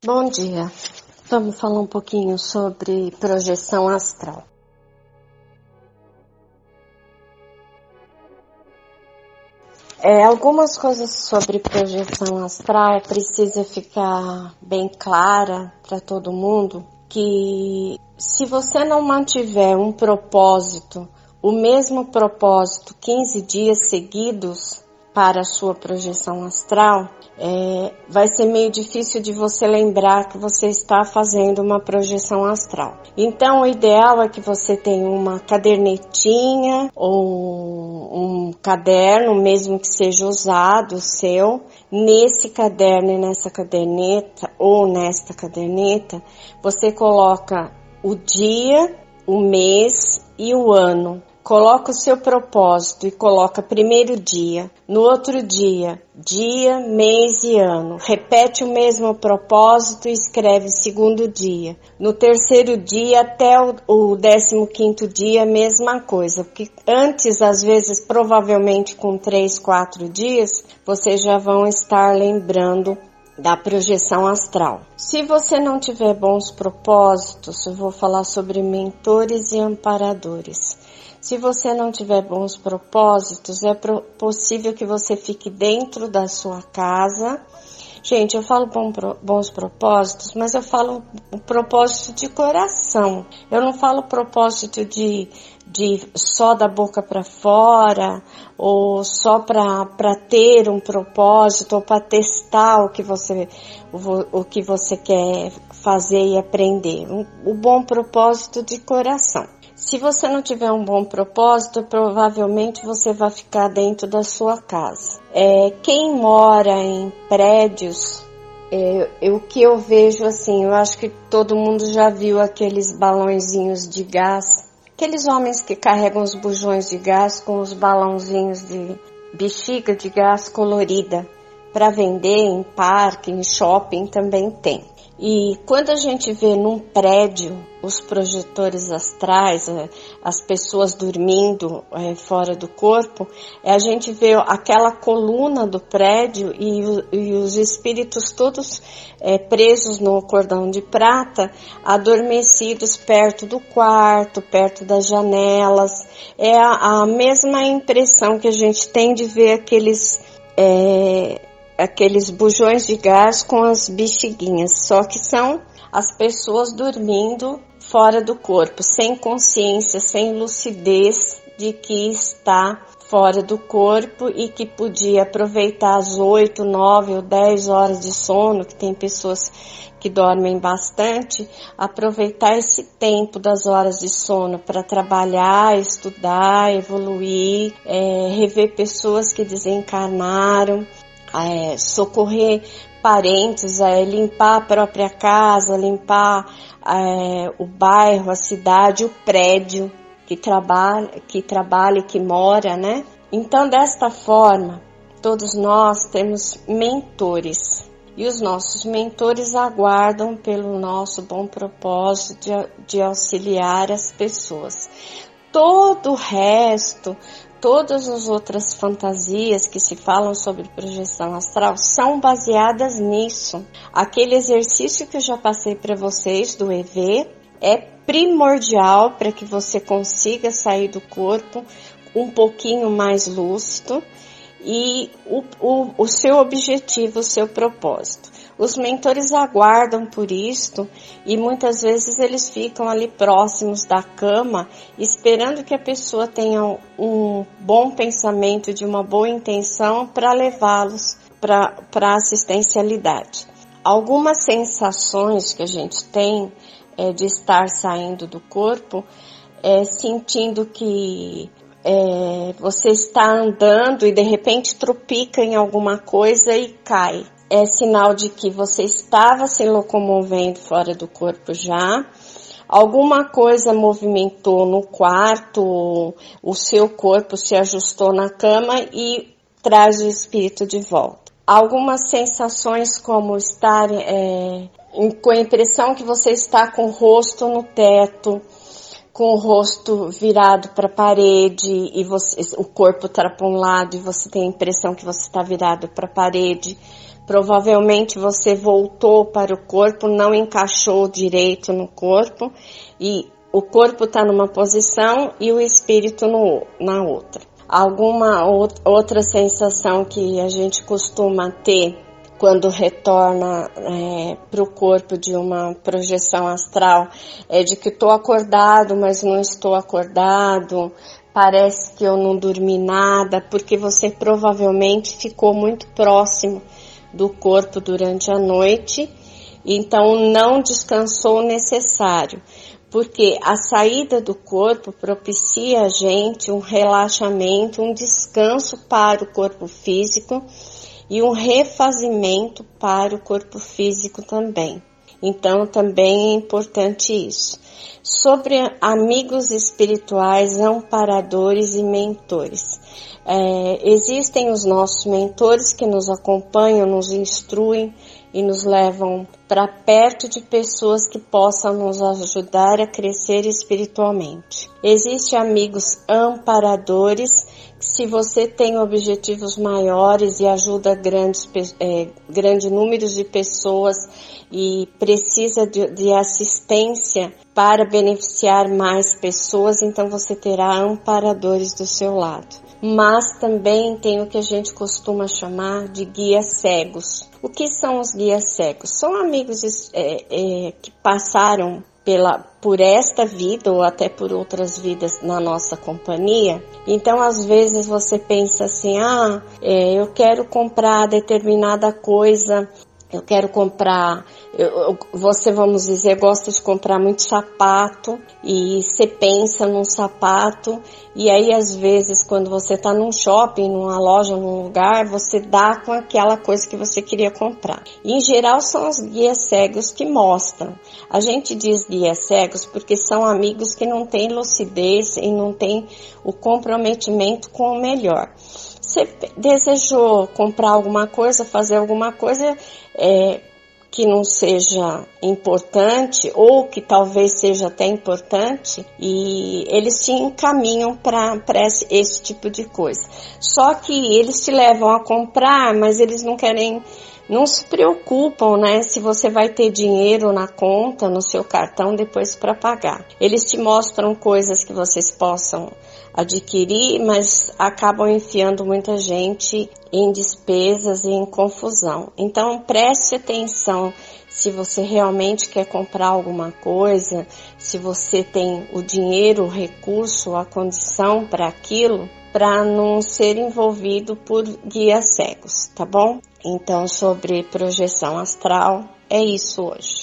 Bom dia. Vamos falar um pouquinho sobre projeção astral. Algumas coisas sobre projeção astral precisa ficar bem clara para todo mundo, que se você não mantiver um propósito, o mesmo propósito 15 dias seguidos para a sua projeção astral, vai ser meio difícil de você lembrar que você está fazendo uma projeção astral. Então, o ideal é que você tenha uma cadernetinha ou um caderno, mesmo que seja usado, seu. Nesse caderno e nessa caderneta, ou nesta caderneta, você coloca o dia, o mês e o ano. Coloca o seu propósito e coloca primeiro dia, no outro dia, mês e ano. Repete o mesmo propósito e escreve segundo dia. No terceiro dia até o 15º dia, mesma coisa. Porque antes, às vezes, provavelmente com 3, 4 dias, vocês já vão estar lembrando da projeção astral. Se você não tiver bons propósitos, eu vou falar sobre mentores e amparadores. Se você não tiver bons propósitos, é possível que você fique dentro da sua casa. Gente, eu falo bons propósitos, mas eu falo o propósito de coração. Eu não falo propósito de só da boca para fora, ou só para ter um propósito, ou para testar o que você quer fazer e aprender. O bom propósito de coração. Se você não tiver um bom propósito, provavelmente você vai ficar dentro da sua casa. Quem mora em prédios, o que eu vejo assim, eu acho que todo mundo já viu aqueles balãozinhos de gás, aqueles homens que carregam os bujões de gás com os balãozinhos de bexiga de gás colorida para vender em parque, em shopping também tem. E quando a gente vê num prédio os projetores astrais, as pessoas dormindo fora do corpo, a gente vê aquela coluna do prédio e os espíritos todos presos no cordão de prata, adormecidos perto do quarto, perto das janelas. É a mesma impressão que a gente tem de ver aqueles bujões de gás com as bexiguinhas, só que são as pessoas dormindo fora do corpo, sem consciência, sem lucidez de que está fora do corpo e que podia aproveitar as 8, 9 ou 10 horas de sono, que tem pessoas que dormem bastante, aproveitar esse tempo das horas de sono para trabalhar, estudar, evoluir, rever pessoas que desencarnaram, socorrer parentes, limpar a própria casa, limpar o bairro, a cidade, o prédio que trabalha e que mora, né? Então, desta forma, todos nós temos mentores e os nossos mentores aguardam pelo nosso bom propósito de auxiliar as pessoas. Todo o resto, todas as outras fantasias que se falam sobre projeção astral são baseadas nisso. Aquele exercício que eu já passei para vocês do EV é primordial para que você consiga sair do corpo um pouquinho mais lúcido e o seu objetivo, o seu propósito. Os mentores aguardam por isto e muitas vezes eles ficam ali próximos da cama esperando que a pessoa tenha um bom pensamento, de uma boa intenção para levá-los para a assistencialidade. Algumas sensações que a gente tem de estar saindo do corpo, sentindo que você está andando e de repente tropica em alguma coisa e cai. É sinal de que você estava se locomovendo fora do corpo já. Alguma coisa movimentou no quarto, o seu corpo se ajustou na cama e traz o espírito de volta. Algumas sensações como estar com a impressão que você está com o rosto no teto, com o rosto virado para a parede e o corpo está para um lado e você tem a impressão que você está virado para a parede. Provavelmente você voltou para o corpo, não encaixou direito no corpo e o corpo está numa posição e o espírito na outra. Alguma outra sensação que a gente costuma ter quando retorna para o corpo de uma projeção astral é de que estou acordado, mas não estou acordado, parece que eu não dormi nada, porque você provavelmente ficou muito próximo do corpo durante a noite, então não descansou o necessário, porque a saída do corpo propicia a gente um relaxamento, um descanso para o corpo físico e um refazimento para o corpo físico também. Então também é importante isso. Sobre amigos espirituais, amparadores e mentores. Existem os nossos mentores que nos acompanham, nos instruem e nos levam para perto de pessoas que possam nos ajudar a crescer espiritualmente. Existem amigos amparadores, que se você tem objetivos maiores e ajuda grande número de pessoas e precisa de assistência para beneficiar mais pessoas, então você terá amparadores do seu lado. Mas também tem o que a gente costuma chamar de guias cegos. O que são os guias cegos? São amigos que passaram por esta vida ou até por outras vidas na nossa companhia. Então, às vezes você pensa assim, eu quero comprar determinada coisa, eu quero comprar, você, vamos dizer, gosta de comprar muito sapato e você pensa num sapato e aí às vezes quando você está num shopping, numa loja, num lugar, você dá com aquela coisa que você queria comprar. E, em geral são os guias cegos que mostram. A gente diz guias cegos porque são amigos que não têm lucidez e não têm o comprometimento com o melhor. Você desejou comprar alguma coisa, fazer alguma coisa que não seja importante ou que talvez seja até importante e eles te encaminham para esse tipo de coisa. Só que eles te levam a comprar, mas eles não se preocupam, né, se você vai ter dinheiro na conta, no seu cartão depois para pagar. Eles te mostram coisas que vocês possam adquirir, mas acabam enfiando muita gente em despesas e em confusão. Então preste atenção se você realmente quer comprar alguma coisa, se você tem o dinheiro, o recurso, a condição para aquilo, para não ser envolvido por guias cegos, tá bom? Então, sobre projeção astral, é isso hoje.